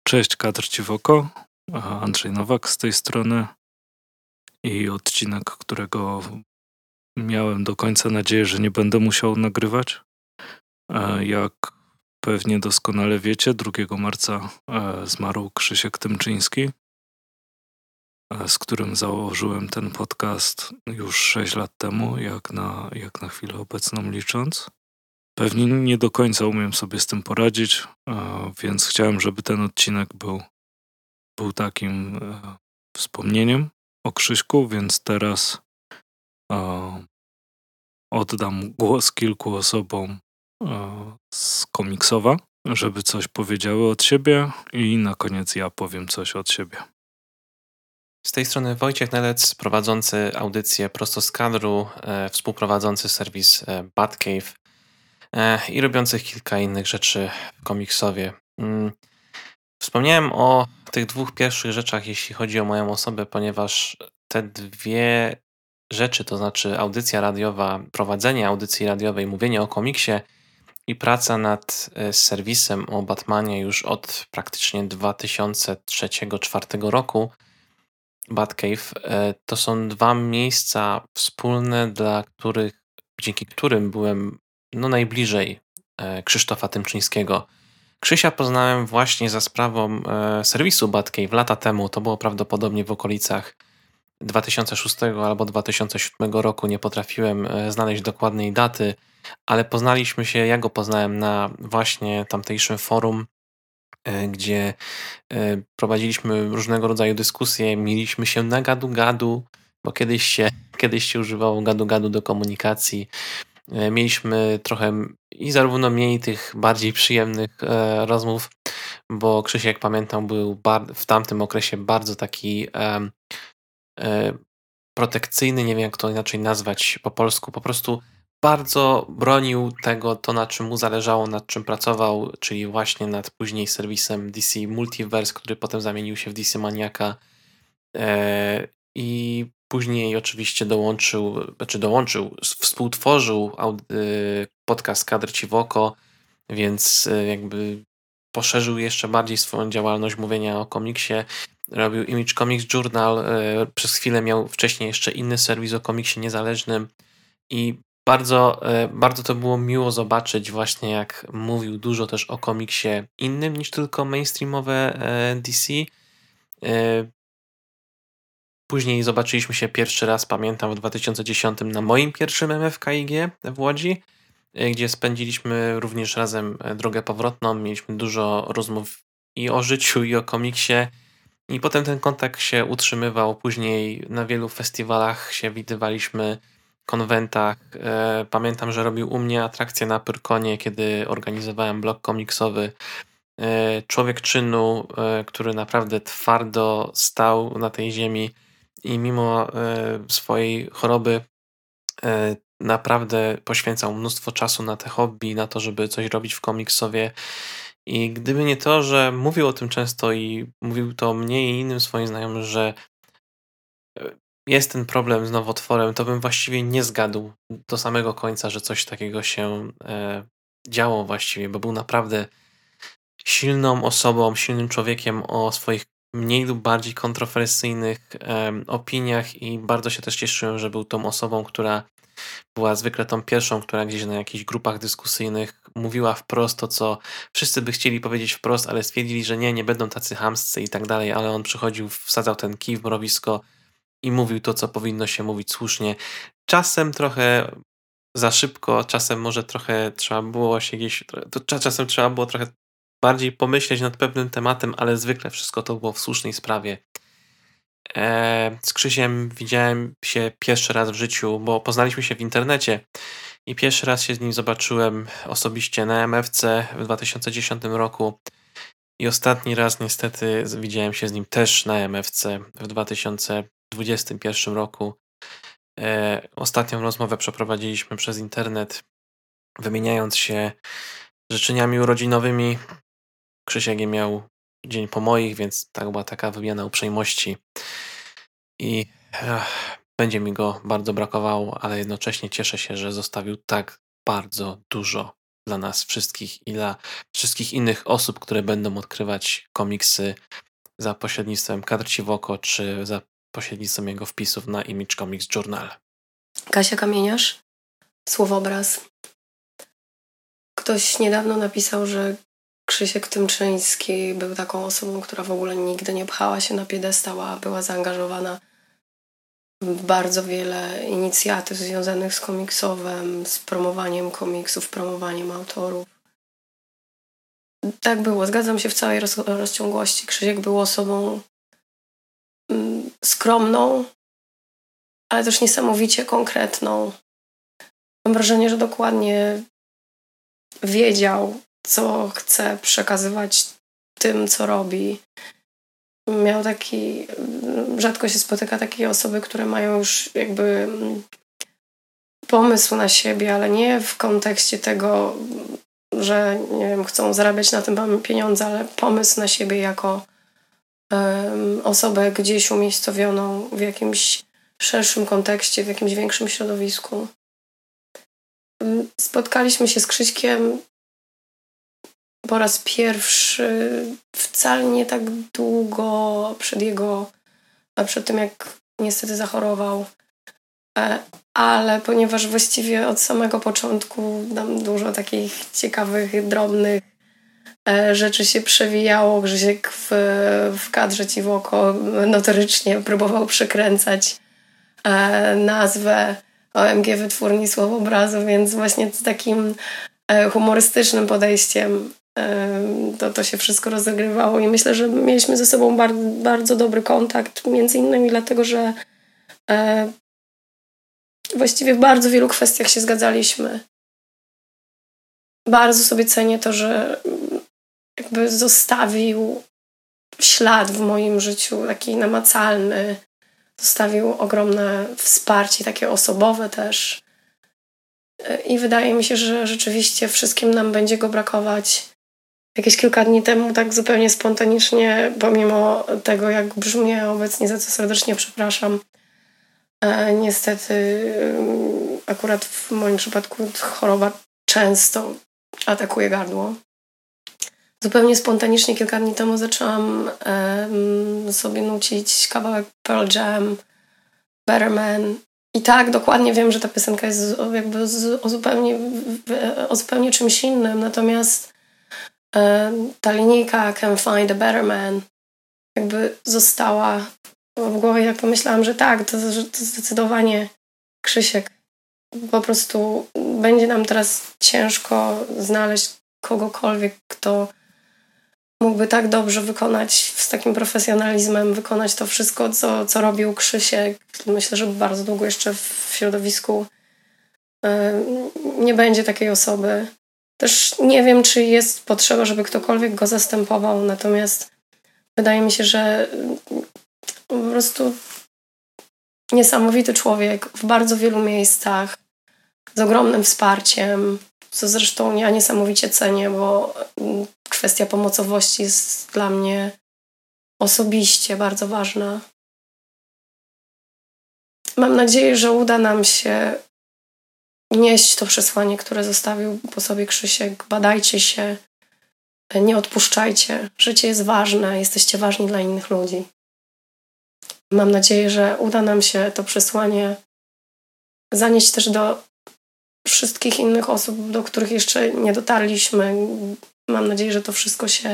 Cześć, kadr ci w oko. Andrzej Nowak z tej strony i odcinek, którego miałem do końca nadzieję, że nie będę musiał nagrywać. Jak pewnie doskonale wiecie, 2 marca zmarł Krzysiek Tymczyński, z którym założyłem ten podcast już 6 lat temu, jak na chwilę obecną licząc. Pewnie nie do końca umiem sobie z tym poradzić, więc chciałem, żeby ten odcinek był takim wspomnieniem o Krzyśku, więc teraz oddam głos kilku osobom z komiksowa, żeby coś powiedziały od siebie i na koniec ja powiem coś od siebie. Z tej strony Wojciech Nelec, prowadzący audycję prosto z kadru, współprowadzący serwis Batcave i robiący kilka innych rzeczy w komiksowie. Wspomniałem o tych 2 pierwszych rzeczach, jeśli chodzi o moją osobę, ponieważ te 2 rzeczy, to znaczy audycja radiowa, prowadzenie audycji radiowej, mówienie o komiksie i praca nad serwisem o Batmanie już od praktycznie 2003-2004 roku, Batcave, to są 2 miejsca wspólne, dzięki którym byłem najbliżej Krzysztofa Tymczyńskiego. Krzysia poznałem właśnie za sprawą serwisu Batcave lata temu. To było prawdopodobnie w okolicach 2006 albo 2007 roku. Nie potrafiłem znaleźć dokładnej daty, ale poznaliśmy się, ja go poznałem na właśnie tamtejszym forum, gdzie prowadziliśmy różnego rodzaju dyskusje, mieliśmy się na gadu-gadu, bo kiedyś się używało gadu-gadu do komunikacji. Mieliśmy trochę i zarówno mniej tych bardziej przyjemnych rozmów, bo Krzysiek, pamiętam, był w tamtym okresie bardzo taki protekcyjny, nie wiem jak to inaczej nazwać po polsku, po prostu bardzo bronił tego, to na czym mu zależało, nad czym pracował, czyli właśnie nad później serwisem DC Multiverse, który potem zamienił się w DC Maniaka i później oczywiście współtworzył podcast Kadr ci w oko, więc jakby poszerzył jeszcze bardziej swoją działalność mówienia o komiksie. Robił Image Comics Journal, przez chwilę miał wcześniej jeszcze inny serwis o komiksie niezależnym i bardzo to było miło zobaczyć właśnie, jak mówił dużo też o komiksie innym niż tylko mainstreamowe DC. Później zobaczyliśmy się pierwszy raz, pamiętam, w 2010 na moim pierwszym MFKiG w Łodzi, gdzie spędziliśmy również razem drogę powrotną. Mieliśmy dużo rozmów i o życiu, i o komiksie. I potem ten kontakt się utrzymywał. Później na wielu festiwalach się widywaliśmy, konwentach. Pamiętam, że robił u mnie atrakcję na Pyrkonie, kiedy organizowałem blog komiksowy. Człowiek czynu, który naprawdę twardo stał na tej ziemi i mimo swojej choroby naprawdę poświęcał mnóstwo czasu na te hobby, na to, żeby coś robić w komiksowie. I gdyby nie to, że mówił o tym często i mówił to mnie i innym swoim znajomym, że jest ten problem z nowotworem, to bym właściwie nie zgadł do samego końca, że coś takiego się działo właściwie, bo był naprawdę silną osobą, silnym człowiekiem o swoich mniej lub bardziej kontrowersyjnych opiniach i bardzo się też cieszyłem, że był tą osobą, która była zwykle tą pierwszą, która gdzieś na jakichś grupach dyskusyjnych mówiła wprost to, co wszyscy by chcieli powiedzieć wprost, ale stwierdzili, że nie będą tacy chamscy i tak dalej, ale on przychodził, wsadzał ten kij w mrowisko i mówił to, co powinno się mówić słusznie. Czasem trochę za szybko, czasem może trochę trzeba było się czasem trzeba było trochę bardziej pomyśleć nad pewnym tematem, ale zwykle wszystko to było w słusznej sprawie. Z Krzysiem widziałem się pierwszy raz w życiu, bo poznaliśmy się w internecie i pierwszy raz się z nim zobaczyłem osobiście na MFC w 2010 roku i ostatni raz niestety widziałem się z nim też na MFC w 2021 roku. Ostatnią rozmowę przeprowadziliśmy przez internet, wymieniając się życzeniami urodzinowymi. Krzysiek je miał dzień po moich, więc tak była taka wymiana uprzejmości i będzie mi go bardzo brakowało, ale jednocześnie cieszę się, że zostawił tak bardzo dużo dla nas wszystkich i dla wszystkich innych osób, które będą odkrywać komiksy za pośrednictwem Kadr Ci w oko, czy za pośrednictwem jego wpisów na Image Comics Journal. Kasia Kamieniarz, Słowobraz. Ktoś niedawno napisał, że Krzysiek Tymczyński był taką osobą, która w ogóle nigdy nie pchała się na piedestał, a była zaangażowana w bardzo wiele inicjatyw związanych z komiksowym, z promowaniem komiksów, promowaniem autorów. Tak było, zgadzam się w całej rozciągłości. Krzysiek był osobą skromną, ale też niesamowicie konkretną. Mam wrażenie, że dokładnie wiedział, co chce przekazywać tym, co robi. Miał taki... Rzadko się spotyka takie osoby, które mają już jakby pomysł na siebie, ale nie w kontekście tego, że nie wiem, chcą zarabiać na tym pieniądze, ale pomysł na siebie jako osobę gdzieś umiejscowioną w jakimś szerszym kontekście, w jakimś większym środowisku. Spotkaliśmy się z Krzyśkiem po raz pierwszy wcale nie tak długo przed tym, jak niestety zachorował. Ale ponieważ właściwie od samego początku tam dużo takich ciekawych, drobnych rzeczy się przewijało. Krzysiek w Kadrze Ci w oko notorycznie próbował przekręcać nazwę OMG Wytwórni Słowobrazu, więc właśnie z takim humorystycznym podejściem to się wszystko rozegrywało i myślę, że mieliśmy ze sobą bardzo dobry kontakt, między innymi dlatego, że właściwie w bardzo wielu kwestiach się zgadzaliśmy. Bardzo sobie cenię to, że jakby zostawił ślad w moim życiu, taki namacalny. Zostawił ogromne wsparcie, takie osobowe też. I wydaje mi się, że rzeczywiście wszystkim nam będzie go brakować. Jakieś kilka dni temu tak zupełnie spontanicznie, pomimo tego, jak brzmię obecnie, za co serdecznie przepraszam, niestety akurat w moim przypadku choroba często atakuje gardło. Zupełnie spontanicznie kilka dni temu zaczęłam sobie nucić kawałek Pearl Jam, Better Man. I tak, dokładnie wiem, że ta piosenka jest jakby o zupełnie czymś innym. Natomiast ta linijka Can Find a Better Man jakby została w głowie, jak pomyślałam, że tak, to zdecydowanie Krzysiek. Po prostu będzie nam teraz ciężko znaleźć kogokolwiek, kto mógłby tak dobrze wykonać, z takim profesjonalizmem wykonać to wszystko, co robił Krzysiek. Myślę, że bardzo długo jeszcze w środowisku nie będzie takiej osoby. Też nie wiem, czy jest potrzeba, żeby ktokolwiek go zastępował, natomiast wydaje mi się, że po prostu niesamowity człowiek w bardzo wielu miejscach, z ogromnym wsparciem, co zresztą ja niesamowicie cenię, bo kwestia pomocowości jest dla mnie osobiście bardzo ważna. Mam nadzieję, że uda nam się nieść to przesłanie, które zostawił po sobie Krzysiek. Badajcie się, nie odpuszczajcie. Życie jest ważne, jesteście ważni dla innych ludzi. Mam nadzieję, że uda nam się to przesłanie zanieść też do wszystkich innych osób, do których jeszcze nie dotarliśmy. Mam nadzieję, że to wszystko się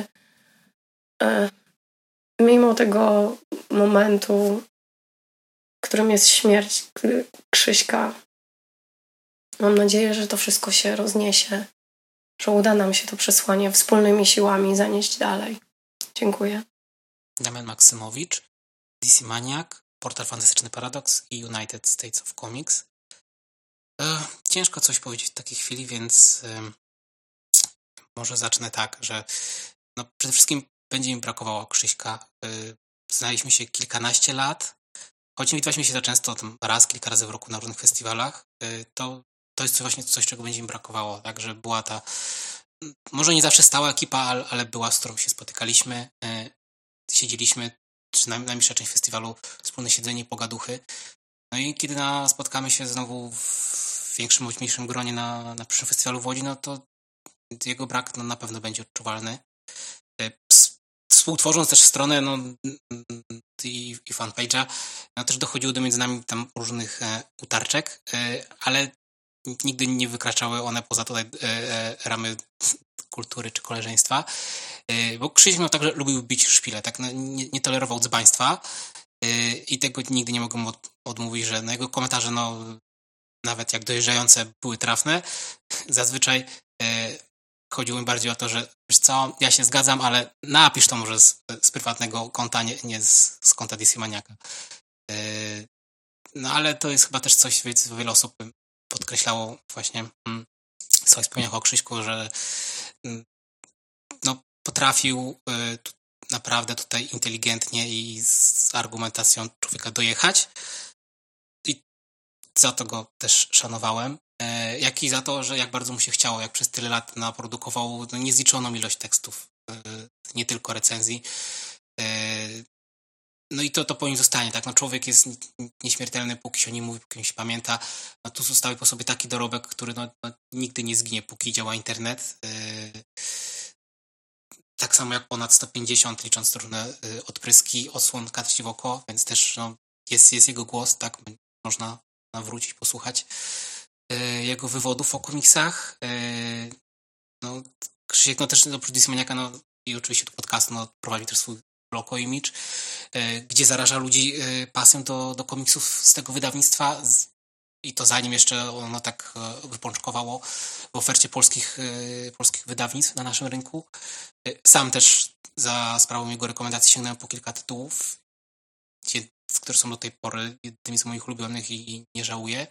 mimo tego momentu, którym jest śmierć Krzyśka, mam nadzieję, że to wszystko się rozniesie, że uda nam się to przesłanie wspólnymi siłami zanieść dalej. Dziękuję. Damian Maksymowicz, DC Maniac, Portal Fantastyczny Paradoks i United States of Comics. Ciężko coś powiedzieć w takiej chwili, więc może zacznę tak, że przede wszystkim będzie mi brakowało Krzyśka. Znaliśmy się kilkanaście lat, choć nie widywaliśmy się za często, tam raz, kilka razy w roku na różnych festiwalach, to jest właśnie coś, czego będzie mi brakowało. Także była ta, może nie zawsze stała ekipa, ale była, z którą się spotykaliśmy, siedzieliśmy, czy najmniejsza część festiwalu, wspólne siedzenie, pogaduchy. No i kiedy spotkamy się znowu w większym bądź mniejszym gronie na przyszłym festiwalu w Łodzi, no to jego brak na pewno będzie odczuwalny. Współtworząc też stronę i fanpage'a, też dochodziło do między nami tam różnych utarczek, ale nigdy nie wykraczały one poza tutaj ramy kultury czy koleżeństwa. Bo Krzyś miał tak, że lubił bić szpilę, tak? Nie tolerował dzbaństwa i tego nigdy nie mogłem odmówić, że jego komentarze, nawet jak dojeżdżające były trafne, zazwyczaj chodziło mi bardziej o to, że wiesz co, ja się zgadzam, ale napisz to może z prywatnego konta, nie z konta DC Maniaka. Ale to jest chyba też coś, co wiele osób podkreślało właśnie w swoich wspomnieniach o Krzyśku, że potrafił naprawdę tutaj inteligentnie i z argumentacją człowieka dojechać. I za to go też szanowałem. Jak i za to, że jak bardzo mu się chciało, jak przez tyle lat naprodukował niezliczoną ilość tekstów, nie tylko recenzji. I to po nim zostanie, tak? Człowiek jest nieśmiertelny, póki się o nim mówi, póki się pamięta. Tu zostawił po sobie taki dorobek, który nigdy nie zginie, póki działa internet. Tak samo jak ponad 150, licząc różne odpryski, odsłon kadr w oko, więc też jest jego głos, tak? Można wrócić, posłuchać jego wywodów o komiksach. Krzysiek też oprócz DC Maniaka, i oczywiście do podcastu prowadzi też swój blog o Image, gdzie zaraża ludzi pasją do komiksów z tego wydawnictwa i to zanim jeszcze ono tak wypączkowało w ofercie polskich wydawnictw na naszym rynku. Sam też za sprawą jego rekomendacji sięgnąłem po kilka tytułów, które są do tej pory jednymi z moich ulubionych i nie żałuję.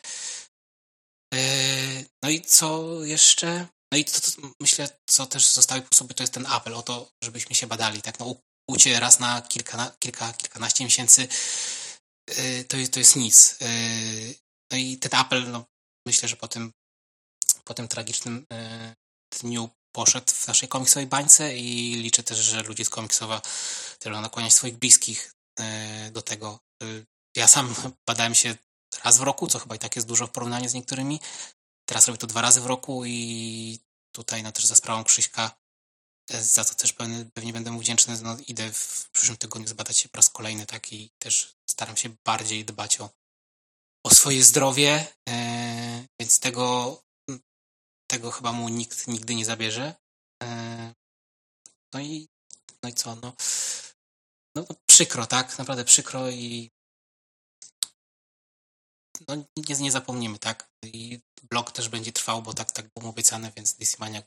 I co jeszcze? I to myślę, co też zostawił po sobie, to jest ten apel o to, żebyśmy się badali. Tak? Ukłucie raz na kilkanaście miesięcy to jest nic. I ten apel, myślę, że po tym tragicznym dniu poszedł w naszej komiksowej bańce i liczę też, że ludzie z komiksowa też będą nakłaniać swoich bliskich do tego. Ja sam badałem się raz w roku, co chyba i tak jest dużo w porównaniu z niektórymi. Teraz robię to 2 razy w roku i tutaj też za sprawą Krzyśka, za to też pewnie będę mu wdzięczny. Idę w przyszłym tygodniu zbadać się po raz kolejny, tak, i też staram się bardziej dbać o swoje zdrowie, więc tego chyba mu nikt nigdy nie zabierze. I co? Przykro, tak? Naprawdę przykro i nie zapomnimy, tak? I blog też będzie trwał, bo tak było obiecane, więc DC Maniak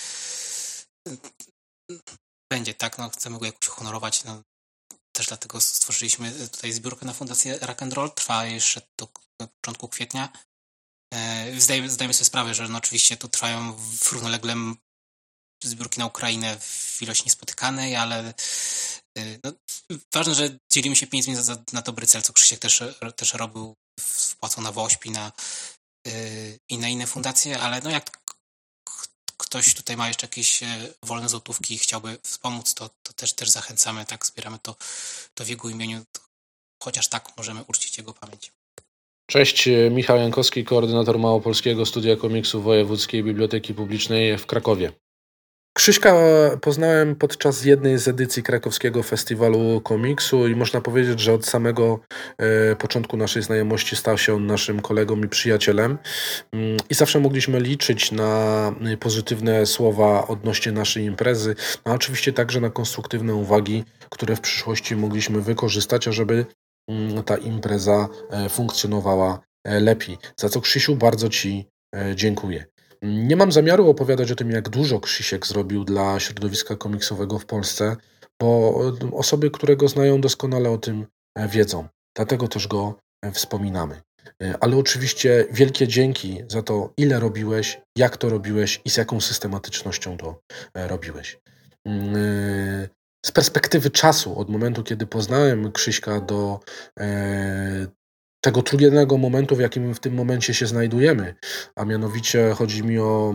będzie, tak? Chcemy go jakoś honorować, też dlatego stworzyliśmy tutaj zbiórkę na Fundację Rock and Roll. Trwa jeszcze do początku kwietnia. Zdajemy sobie sprawę, że oczywiście tu trwają równolegle zbiórki na Ukrainę w ilości niespotykanej, ale ważne, że dzielimy się pieniędzmi na dobry cel, co Krzysiek też robił, wpłacał na WOŚP i na inne fundacje, ale jak ktoś tutaj ma jeszcze jakieś wolne złotówki i chciałby wspomóc, to też zachęcamy, tak, zbieramy to w jego imieniu, chociaż tak możemy uczcić jego pamięć. Cześć, Michał Jankowski, koordynator Małopolskiego Studia Komiksu Wojewódzkiej Biblioteki Publicznej w Krakowie. Krzyśka poznałem podczas jednej z edycji krakowskiego festiwalu komiksu i można powiedzieć, że od samego początku naszej znajomości stał się on naszym kolegą i przyjacielem i zawsze mogliśmy liczyć na pozytywne słowa odnośnie naszej imprezy, a oczywiście także na konstruktywne uwagi, które w przyszłości mogliśmy wykorzystać, ażeby ta impreza funkcjonowała lepiej. Za co, Krzysiu, bardzo Ci dziękuję. Nie mam zamiaru opowiadać o tym, jak dużo Krzysiek zrobił dla środowiska komiksowego w Polsce, bo osoby, które go znają, doskonale o tym wiedzą. Dlatego też go wspominamy. Ale oczywiście wielkie dzięki za to, ile robiłeś, jak to robiłeś i z jaką systematycznością to robiłeś. Z perspektywy czasu, od momentu, kiedy poznałem Krzyśka do tego trudnego momentu, w jakim w tym momencie się znajdujemy, a mianowicie chodzi mi o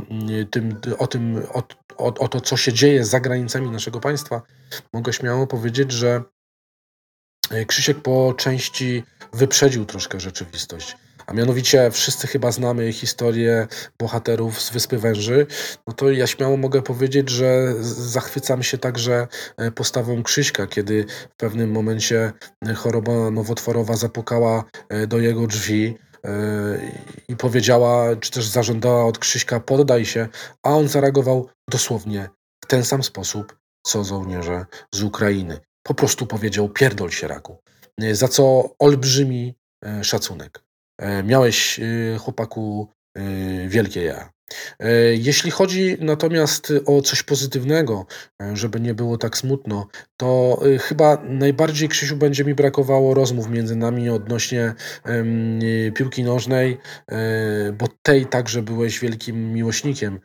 to, co się dzieje za granicami naszego państwa, mogę śmiało powiedzieć, że Krzysiek po części wyprzedził troszkę rzeczywistość. a mianowicie wszyscy chyba znamy historię bohaterów z Wyspy Węży, no to ja śmiało mogę powiedzieć, że zachwycam się także postawą Krzyśka, kiedy w pewnym momencie choroba nowotworowa zapukała do jego drzwi i powiedziała, czy też zażądała od Krzyśka: poddaj się, a on zareagował dosłownie w ten sam sposób, co żołnierze z Ukrainy. Po prostu powiedział: pierdol się, raku. Za co olbrzymi szacunek. Miałeś, chłopaku, wielkie ja. Jeśli chodzi natomiast o coś pozytywnego, żeby nie było tak smutno, to chyba najbardziej, Krzysiu, będzie mi brakowało rozmów między nami odnośnie piłki nożnej, bo tej także byłeś wielkim miłośnikiem.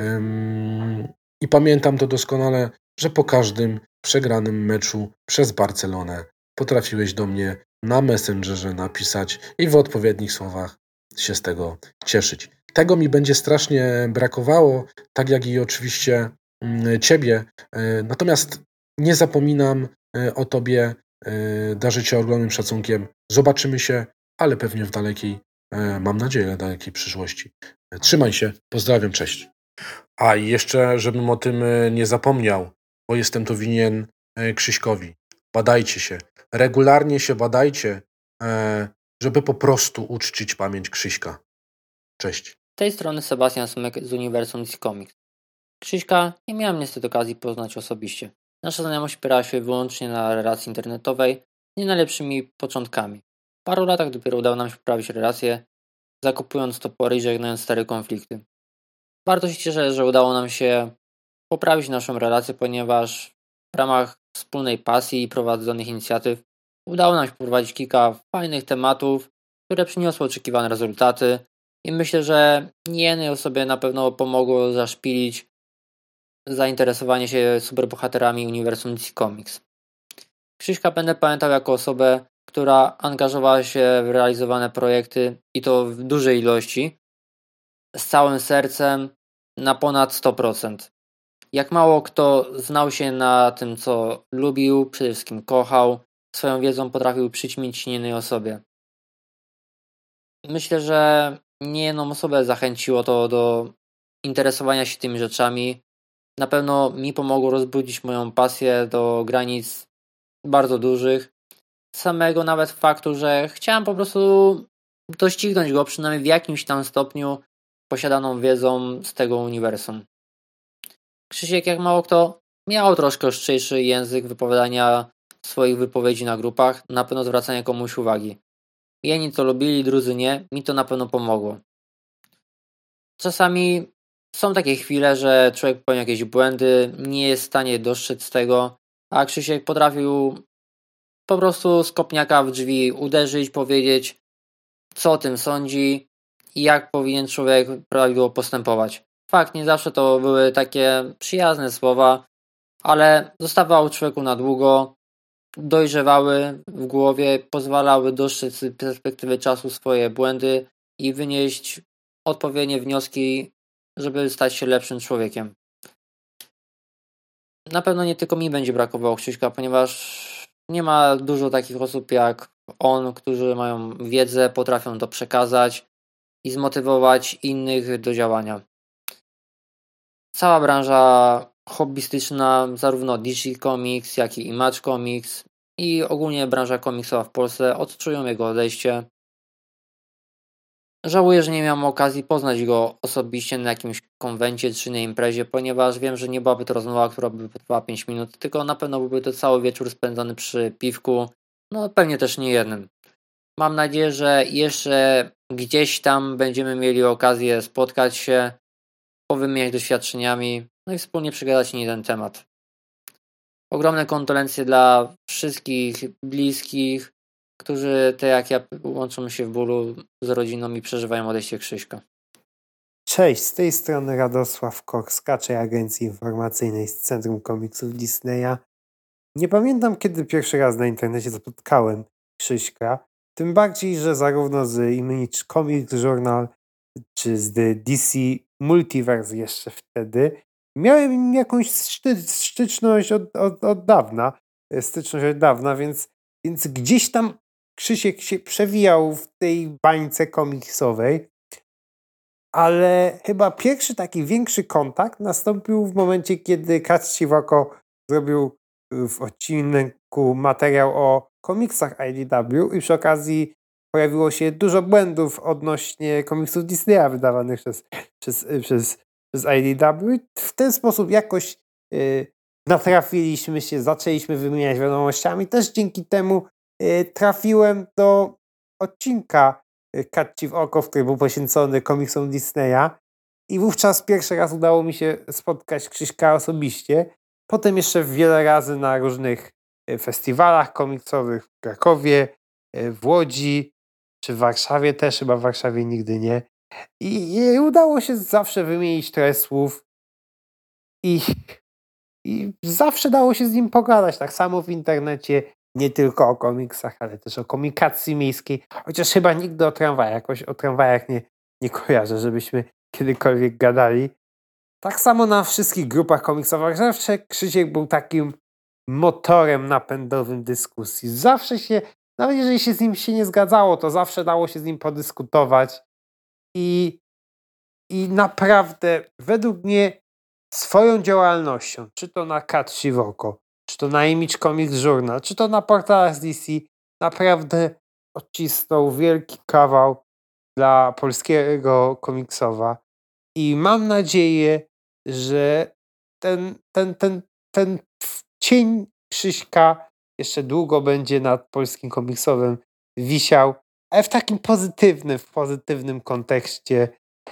I pamiętam to doskonale, że po każdym przegranym meczu przez Barcelonę potrafiłeś do mnie na Messengerze napisać i w odpowiednich słowach się z tego cieszyć. Tego mi będzie strasznie brakowało, tak jak i oczywiście ciebie. Natomiast nie zapominam o tobie, darzę cię ogromnym szacunkiem. Zobaczymy się, ale pewnie w dalekiej, mam nadzieję, dalekiej przyszłości. Trzymaj się, pozdrawiam, cześć. A i jeszcze, żebym o tym nie zapomniał, bo jestem to winien Krzyśkowi. Badajcie się, regularnie się badajcie, żeby po prostu uczcić pamięć Krzyśka. Cześć. Z tej strony Sebastian Smyk z Uniwersum DC Comics. Krzyśka nie miałem niestety okazji poznać osobiście. Nasza znajomość opierała się wyłącznie na relacji internetowej z nie najlepszymi początkami. W paru latach dopiero udało nam się poprawić relacje, zakupując topory i żegnając stare konflikty. Bardzo się cieszę, że udało nam się poprawić naszą relację, ponieważ w ramach wspólnej pasji i prowadzonych inicjatyw udało nam się poprowadzić kilka fajnych tematów, które przyniosły oczekiwane rezultaty i myślę, że niejednej osobie na pewno pomogło zaszpilić zainteresowanie się superbohaterami Uniwersum DC Comics. Krzyśka będę pamiętał jako osobę, która angażowała się w realizowane projekty i to w dużej ilości, z całym sercem, na ponad 100%. Jak mało kto znał się na tym, co lubił, przede wszystkim kochał, swoją wiedzą potrafił przyćmić innej osobie. Myślę, że niejedną osobę zachęciło to do interesowania się tymi rzeczami. Na pewno mi pomogło rozbudzić moją pasję do granic bardzo dużych. Samego nawet faktu, że chciałem po prostu doścignąć go przynajmniej w jakimś tam stopniu posiadaną wiedzą z tego uniwersum. Krzysiek, jak mało kto, miał troszkę ostrzejszy język wypowiadania swoich wypowiedzi na grupach, na pewno zwracania komuś uwagi. Jedni to lubili, drudzy nie, mi to na pewno pomogło. Czasami są takie chwile, że człowiek popełnia jakieś błędy, nie jest w stanie dostrzec tego, a Krzysiek potrafił po prostu z kopniaka w drzwi uderzyć, powiedzieć, co o tym sądzi i jak powinien człowiek prawidłowo postępować. Fakt, nie zawsze to były takie przyjazne słowa, ale zostawały człowieku na długo, dojrzewały w głowie, pozwalały dostrzec z perspektywy czasu swoje błędy i wynieść odpowiednie wnioski, żeby stać się lepszym człowiekiem. Na pewno nie tylko mi będzie brakowało Krzyśka, ponieważ nie ma dużo takich osób jak on, którzy mają wiedzę, potrafią to przekazać i zmotywować innych do działania. Cała branża hobbystyczna, zarówno DC Comics, jak i Image Comics i ogólnie branża komiksowa w Polsce odczują jego odejście. Żałuję, że nie miałem okazji poznać go osobiście na jakimś konwencie czy na imprezie, ponieważ wiem, że nie byłaby to rozmowa, która by potrwała 5 minut, tylko na pewno byłby to cały wieczór spędzony przy piwku, no pewnie też nie jednym. Mam nadzieję, że jeszcze gdzieś tam będziemy mieli okazję spotkać się, powymieniać doświadczeniami, no i wspólnie przegadać nie jeden temat. Ogromne kondolencje dla wszystkich bliskich, którzy, tak jak ja, łączą się w bólu z rodziną i przeżywają odejście Krzyśka. Cześć, z tej strony Radosław Kok z Kaczej Agencji Informacyjnej z Centrum Komiksów Disneya. Nie pamiętam, kiedy pierwszy raz na internecie spotkałem Krzyśka, tym bardziej, że zarówno z Image Comics Journal, czy z The DC Multiverse jeszcze wtedy, miałem jakąś styczność od dawna, więc gdzieś tam Krzysiek się przewijał w tej bańce komiksowej, ale chyba pierwszy taki większy kontakt nastąpił w momencie, kiedy Kaczciwoko zrobił w odcinku materiał o komiksach IDW i przy okazji pojawiło się dużo błędów odnośnie komiksów Disneya wydawanych przez IDW. W ten sposób jakoś natrafiliśmy się, zaczęliśmy wymieniać wiadomościami. Też dzięki temu trafiłem do odcinka Kaczci w oko, który był poświęcony komiksom Disneya i wówczas pierwszy raz udało mi się spotkać Krzyśka osobiście. Potem jeszcze wiele razy na różnych festiwalach komiksowych w Krakowie, w Łodzi, czy w Warszawie też, chyba w Warszawie nigdy nie. I udało się zawsze wymienić trochę słów i zawsze dało się z nim pogadać. Tak samo w internecie, nie tylko o komiksach, ale też o komikacji miejskiej. Chociaż chyba nigdy o tramwajach. Jakoś o tramwajach nie kojarzę, żebyśmy kiedykolwiek gadali. Tak samo na wszystkich grupach komiksowych. Zawsze Krzysiek był takim motorem napędowym dyskusji. Zawsze się, nawet jeżeli się z nim się nie zgadzało, to zawsze dało się z nim podyskutować. I naprawdę według mnie swoją działalnością, czy to na Kaczci w oko, czy to na Image Comics Journal, czy to na portalach z DC, naprawdę odcisnął wielki kawał dla polskiego komiksowa i mam nadzieję, że ten cień Krzyśka jeszcze długo będzie nad polskim komiksowym wisiał, ale w takim pozytywnym kontekście,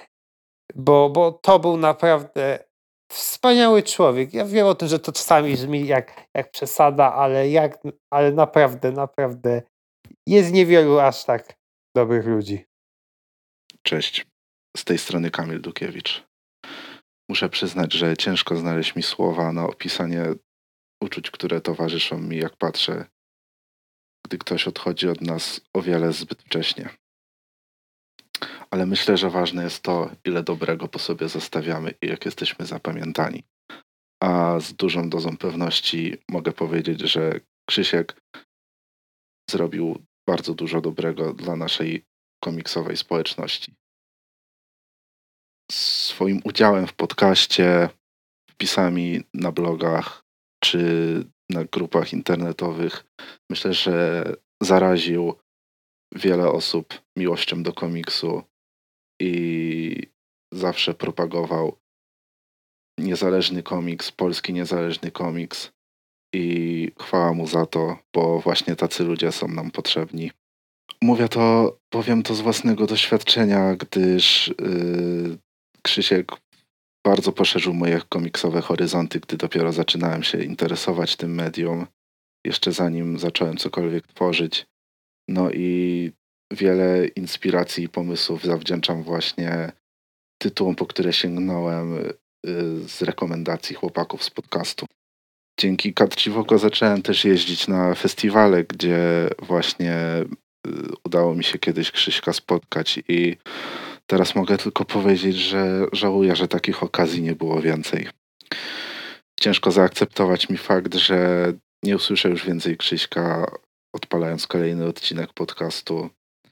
bo to był naprawdę wspaniały człowiek. Ja wiem o tym, że to czasami brzmi jak przesada, ale naprawdę jest niewielu aż tak dobrych ludzi. Cześć, z tej strony Kamil Dukiewicz. Muszę przyznać, że ciężko znaleźć mi słowa na opisanie uczuć, które towarzyszą mi, jak patrzę, gdy ktoś odchodzi od nas o wiele zbyt wcześnie. Ale myślę, że ważne jest to, ile dobrego po sobie zostawiamy i jak jesteśmy zapamiętani. A z dużą dozą pewności mogę powiedzieć, że Krzysiek zrobił bardzo dużo dobrego dla naszej komiksowej społeczności. Swoim udziałem w podcaście, wpisami na blogach czy na grupach internetowych myślę, że zaraził wiele osób miłością do komiksu i zawsze propagował niezależny komiks, polski niezależny komiks i chwała mu za to, bo właśnie tacy ludzie są nam potrzebni. Powiem to z własnego doświadczenia, gdyż Krzysiek bardzo poszerzył moje komiksowe horyzonty, gdy dopiero zaczynałem się interesować tym medium, jeszcze zanim zacząłem cokolwiek tworzyć. No i wiele inspiracji i pomysłów zawdzięczam właśnie tytułom, po które sięgnąłem z rekomendacji chłopaków z podcastu. Dzięki Kaczci w oko zacząłem też jeździć na festiwale, gdzie właśnie udało mi się kiedyś Krzyśka spotkać i teraz mogę tylko powiedzieć, że żałuję, że takich okazji nie było więcej. Ciężko zaakceptować mi fakt, że nie usłyszę już więcej Krzyśka, odpalając kolejny odcinek podcastu.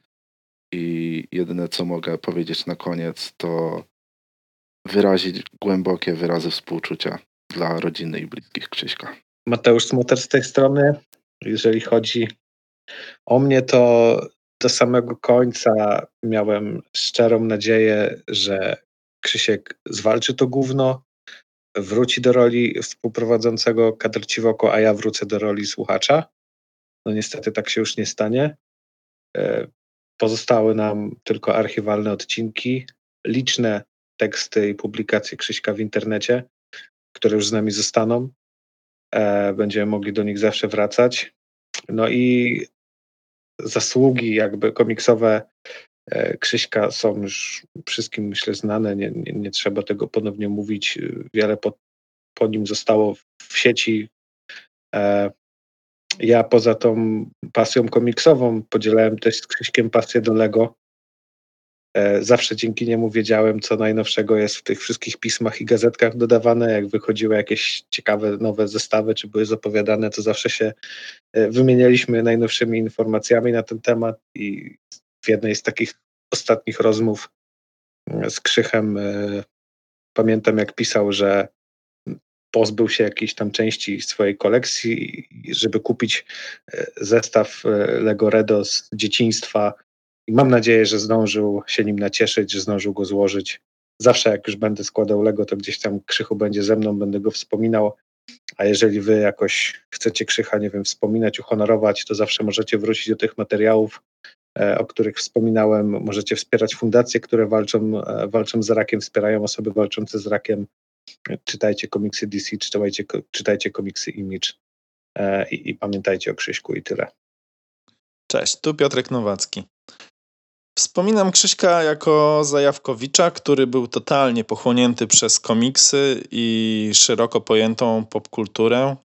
I jedyne, co mogę powiedzieć na koniec, to wyrazić głębokie wyrazy współczucia dla rodziny i bliskich Krzyśka. Mateusz Smuter z tej strony. Jeżeli chodzi o mnie, to do samego końca miałem szczerą nadzieję, że Krzysiek zwalczy to gówno, wróci do roli współprowadzącego Kaczci w oko, a ja wrócę do roli słuchacza. No niestety tak się już nie stanie. Pozostały nam tylko archiwalne odcinki, liczne teksty i publikacje Krzyśka w internecie, które już z nami zostaną. Będziemy mogli do nich zawsze wracać. No i zasługi jakby komiksowe Krzyśka są już wszystkim, myślę, znane. Nie trzeba tego ponownie mówić. Wiele po nim zostało w sieci. Ja poza tą pasją komiksową podzielałem też z Krzyśkiem pasję do Lego. Zawsze dzięki niemu wiedziałem, co najnowszego jest w tych wszystkich pismach i gazetkach dodawane. Jak wychodziły jakieś ciekawe nowe zestawy, czy były zapowiadane, to zawsze się wymienialiśmy najnowszymi informacjami na ten temat i w jednej z takich ostatnich rozmów z Krzychem pamiętam, jak pisał, że pozbył się jakiejś tam części swojej kolekcji, żeby kupić zestaw Lego Redo z dzieciństwa i mam nadzieję, że zdążył się nim nacieszyć, że zdążył go złożyć. Zawsze jak już będę składał Lego, to gdzieś tam Krzychu będzie ze mną, będę go wspominał, a jeżeli wy jakoś chcecie Krzycha, nie wiem, wspominać, uhonorować, to zawsze możecie wrócić do tych materiałów, o których wspominałem. Możecie wspierać fundacje, które walczą z rakiem, wspierają osoby walczące z rakiem. Czytajcie komiksy DC, czytajcie komiksy Image i pamiętajcie o Krzyśku i tyle. Cześć, tu Piotrek Nowacki. Wspominam Krzyśka jako zajawkowicza, który był totalnie pochłonięty przez komiksy i szeroko pojętą popkulturę.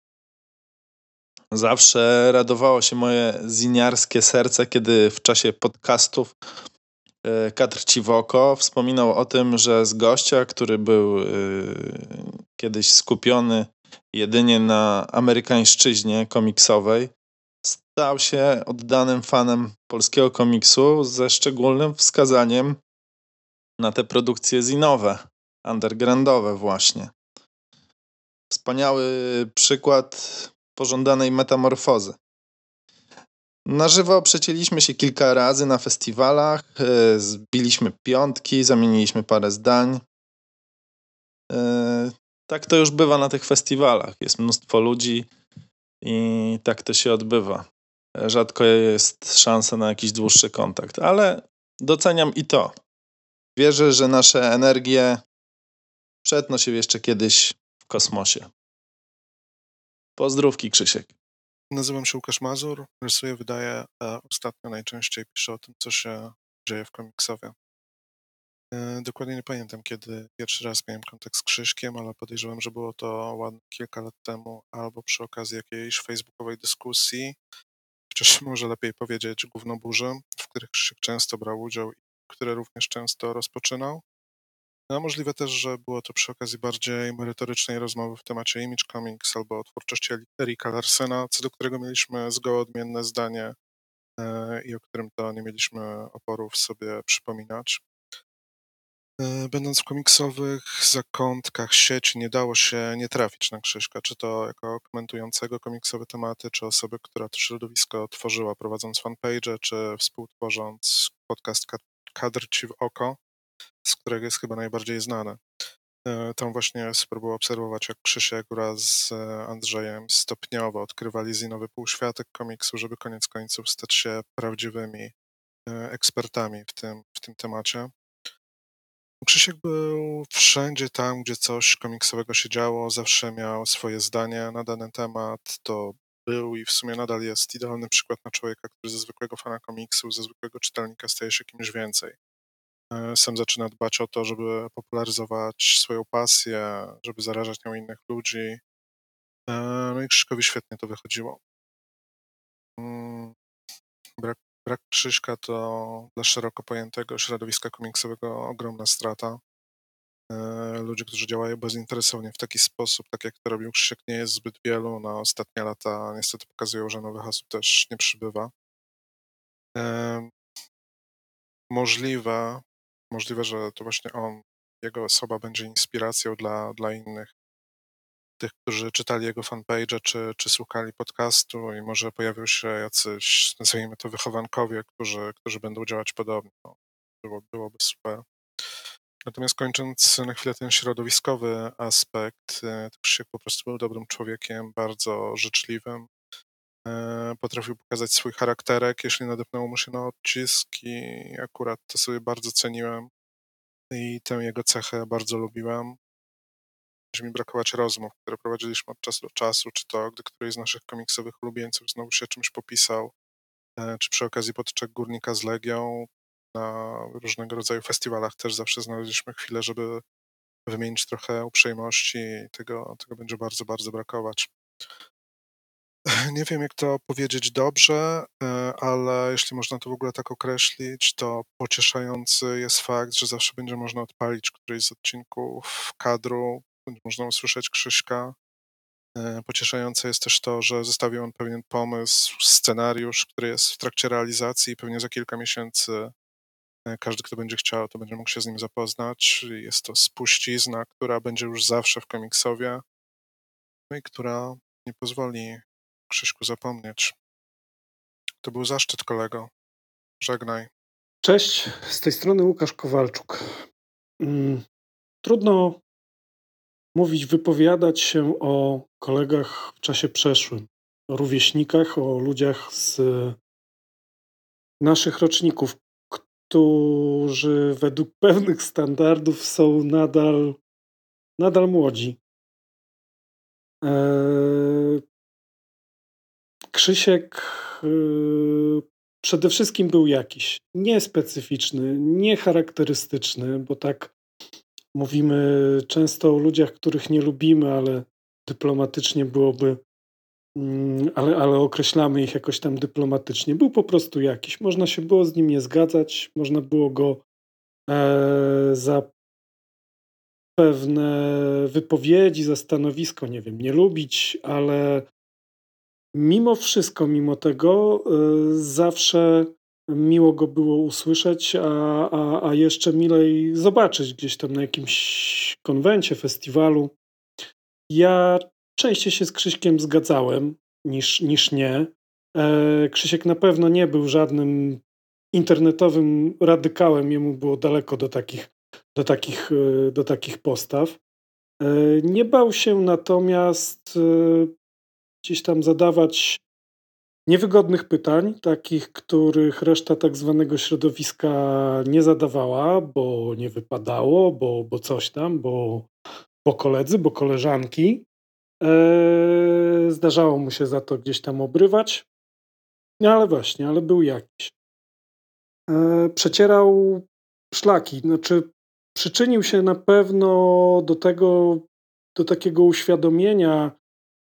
Zawsze radowało się moje ziniarskie serce, kiedy w czasie podcastów Kadr Ci w oko wspominał o tym, że z gościa, który był kiedyś skupiony jedynie na amerykańszczyźnie komiksowej, stał się oddanym fanem polskiego komiksu ze szczególnym wskazaniem na te produkcje zinowe, undergroundowe właśnie. Wspaniały przykład pożądanej metamorfozy. Na żywo przecięliśmy się kilka razy na festiwalach, zbiliśmy piątki, zamieniliśmy parę zdań. Tak to już bywa na tych festiwalach. Jest mnóstwo ludzi i tak to się odbywa. Rzadko jest szansa na jakiś dłuższy kontakt, ale doceniam i to. Wierzę, że nasze energie przetną się jeszcze kiedyś w kosmosie. Pozdrówki, Krzysiek. Nazywam się Łukasz Mazur, rysuję, wydaję, a ostatnio najczęściej piszę o tym, co się dzieje w komiksowie. Dokładnie nie pamiętam, kiedy pierwszy raz miałem kontakt z Krzyśkiem, ale podejrzewam, że było to ładnie kilka lat temu, albo przy okazji jakiejś facebookowej dyskusji, chociaż może lepiej powiedzieć gównoburzy, w których Krzysiek często brał udział i które również często rozpoczynał. No, możliwe też, że było to przy okazji bardziej merytorycznej rozmowy w temacie Image Comics albo o twórczości Erika Larsena, co do którego mieliśmy zgoła odmienne zdanie i o którym to nie mieliśmy oporów sobie przypominać. Będąc w komiksowych zakątkach sieci, nie dało się nie trafić na Krzyśka, czy to jako komentującego komiksowe tematy, czy osoby, która to środowisko tworzyła, prowadząc fanpage, czy współtworząc podcast Kadr Ci w oko, z którego jest chyba najbardziej znany. Tam właśnie super było obserwować, jak Krzysiek wraz z Andrzejem stopniowo odkrywali zinowy półświatek komiksu, żeby koniec końców stać się prawdziwymi ekspertami w tym temacie. Krzysiek był wszędzie tam, gdzie coś komiksowego się działo, zawsze miał swoje zdanie na dany temat. To był i w sumie nadal jest idealny przykład na człowieka, który ze zwykłego fana komiksu, ze zwykłego czytelnika staje się kimś więcej. Sam zaczyna dbać o to, żeby popularyzować swoją pasję, żeby zarażać nią innych ludzi. No i Krzyśkowi świetnie to wychodziło. Brak Krzyśka to dla szeroko pojętego środowiska komiksowego ogromna strata. Ludzie, którzy działają bezinteresownie w taki sposób, tak jak to robił Krzysiek, nie jest zbyt wielu. Na ostatnie lata niestety pokazują, że nowych osób też nie przybywa. Możliwe, że to właśnie jego osoba będzie inspiracją dla innych, tych, którzy czytali jego fanpage, czy słuchali podcastu i może pojawią się jacyś, nazwijmy to, wychowankowie, którzy będą działać podobnie. No, byłoby super. Natomiast kończąc na chwilę ten środowiskowy aspekt, Krzysiek po prostu był dobrym człowiekiem, bardzo życzliwym. Potrafił pokazać swój charakterek, jeśli nadepnęło mu się na odcisk i akurat to sobie bardzo ceniłem i tę jego cechę bardzo lubiłem. Będzie mi brakować rozmów, które prowadziliśmy od czasu do czasu, czy to gdy któryś z naszych komiksowych ulubieńców znowu się czymś popisał, czy przy okazji podczek Górnika z Legią. Na różnego rodzaju festiwalach też zawsze znaleźliśmy chwilę, żeby wymienić trochę uprzejmości i tego będzie bardzo, bardzo brakować. Nie wiem, jak to powiedzieć dobrze, ale jeśli można to w ogóle tak określić, to pocieszający jest fakt, że zawsze będzie można odpalić któryś z odcinków kadru, będzie można usłyszeć Krzyśka. Pocieszające jest też to, że zostawił on pewien pomysł, scenariusz, który jest w trakcie realizacji i pewnie za kilka miesięcy każdy, kto będzie chciał, to będzie mógł się z nim zapoznać. Jest to spuścizna, która będzie już zawsze w komiksowie, no i która nie pozwoli Krzyśku zapomnieć. To był zaszczyt, kolego. Żegnaj. Cześć, z tej strony Łukasz Kowalczuk. Trudno mówić, wypowiadać się o kolegach w czasie przeszłym, o rówieśnikach, o ludziach z naszych roczników, którzy według pewnych standardów są nadal młodzi. Krzysiek przede wszystkim był jakiś niespecyficzny, niecharakterystyczny, bo tak mówimy często o ludziach, których nie lubimy, ale dyplomatycznie byłoby, ale określamy ich jakoś tam dyplomatycznie. Był po prostu jakiś. Można się było z nim nie zgadzać, można było go za pewne wypowiedzi, za stanowisko, nie wiem, nie lubić, ale mimo wszystko, mimo tego zawsze miło go było usłyszeć, a jeszcze milej zobaczyć gdzieś tam na jakimś konwencie, festiwalu. Ja częściej się z Krzyśkiem zgadzałem niż nie. Krzysiek na pewno nie był żadnym internetowym radykałem, jemu było daleko do takich postaw. Nie bał się natomiast gdzieś tam zadawać niewygodnych pytań, takich, których reszta tak zwanego środowiska nie zadawała, bo nie wypadało, bo coś tam, bo koledzy, bo koleżanki. Zdarzało mu się za to gdzieś tam obrywać, ale był jakiś. Przecierał szlaki, znaczy przyczynił się na pewno do takiego uświadomienia,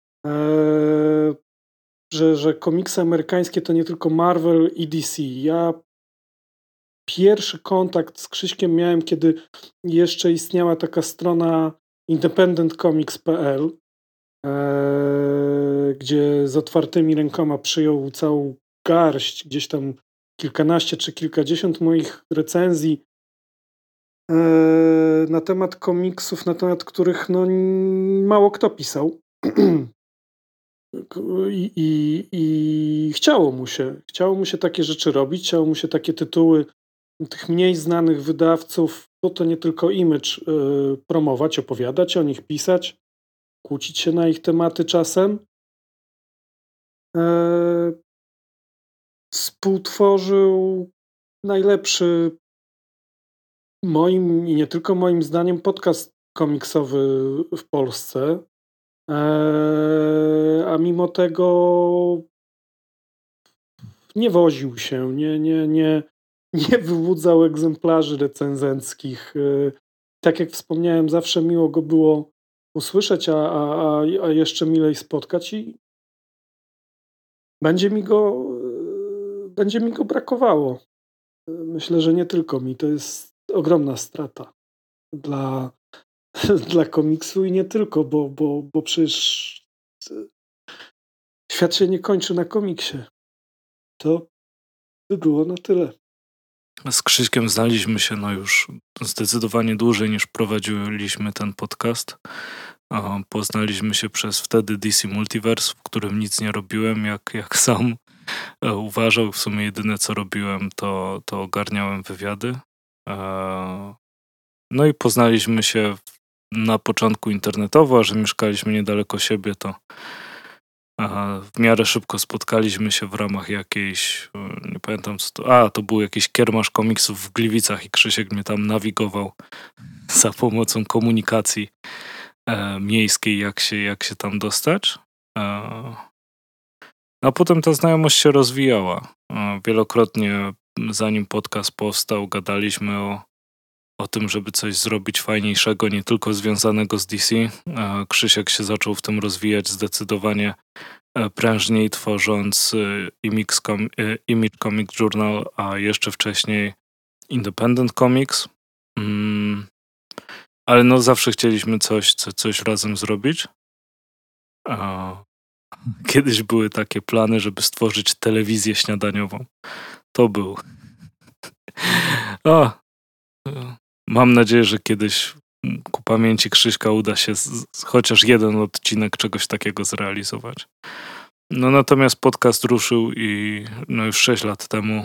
że komiksy amerykańskie to nie tylko Marvel i DC. Ja pierwszy kontakt z Krzyśkiem miałem, kiedy jeszcze istniała taka strona independentcomics.pl, gdzie z otwartymi rękoma przyjął całą garść, gdzieś tam kilkanaście czy kilkadziesiąt moich recenzji na temat komiksów, na temat których mało kto pisał. I chciało mu się takie rzeczy robić, chciało mu się takie tytuły tych mniej znanych wydawców, bo to nie tylko Image, promować, opowiadać o nich, pisać, kłócić się na ich tematy czasem. Współtworzył najlepszy, moim i nie tylko moim zdaniem, podcast komiksowy w Polsce. A mimo tego nie woził się, nie wyłudzał egzemplarzy recenzenckich. Tak jak wspomniałem, zawsze miło go było usłyszeć, a jeszcze milej spotkać i będzie mi go brakowało. Myślę, że nie tylko mi. To jest ogromna strata dla komiksu i nie tylko, bo przecież świat się nie kończy na komiksie. To by było na tyle. Z Krzyśkiem znaliśmy się już zdecydowanie dłużej niż prowadziliśmy ten podcast. Poznaliśmy się przez wtedy DC Multiverse, w którym nic nie robiłem, jak sam uważał. W sumie jedyne co robiłem to ogarniałem wywiady. No i poznaliśmy się na początku internetowo, a że mieszkaliśmy niedaleko siebie, to w miarę szybko spotkaliśmy się w ramach jakiejś, nie pamiętam co to, to był jakiś kiermasz komiksów w Gliwicach i Krzysiek mnie tam nawigował za pomocą komunikacji miejskiej, jak się tam dostać. A potem ta znajomość się rozwijała. Wielokrotnie, zanim podcast powstał, gadaliśmy o tym, żeby coś zrobić fajniejszego, nie tylko związanego z DC. Krzysiek się zaczął w tym rozwijać zdecydowanie prężniej, tworząc Image Comic Journal, a jeszcze wcześniej Independent Comics. Ale no zawsze chcieliśmy coś razem zrobić. Kiedyś były takie plany, żeby stworzyć telewizję śniadaniową. To był. Mam nadzieję, że kiedyś ku pamięci Krzyśka uda się chociaż jeden odcinek czegoś takiego zrealizować. No natomiast podcast ruszył i no już 6 lat temu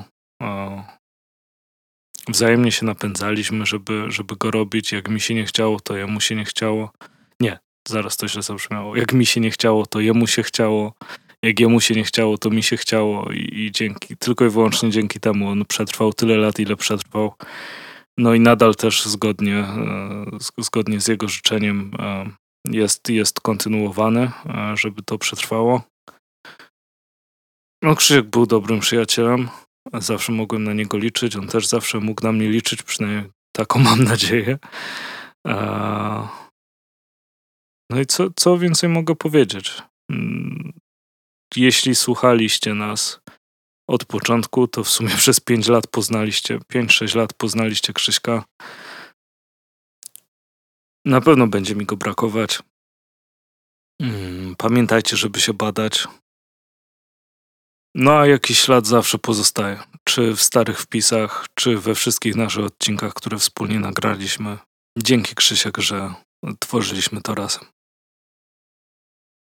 wzajemnie się napędzaliśmy, żeby go robić. Jak mi się nie chciało, to jemu się nie chciało. Nie, zaraz to źle zabrzmiało. Jak mi się nie chciało, to jemu się chciało. Jak jemu się nie chciało, to mi się chciało. I tylko i wyłącznie dzięki temu on przetrwał tyle lat, ile przetrwał. No i nadal też zgodnie z jego życzeniem jest kontynuowane, żeby to przetrwało. No Krzysiek był dobrym przyjacielem. Zawsze mogłem na niego liczyć. On też zawsze mógł na mnie liczyć, przynajmniej taką mam nadzieję. No i co więcej mogę powiedzieć? Jeśli słuchaliście nas od początku, to w sumie przez 5-6 lat poznaliście Krzyśka. Na pewno będzie mi go brakować. Pamiętajcie, żeby się badać. No a jakiś ślad zawsze pozostaje. Czy w starych wpisach, czy we wszystkich naszych odcinkach, które wspólnie nagraliśmy. Dzięki Krzysiek, że tworzyliśmy to razem.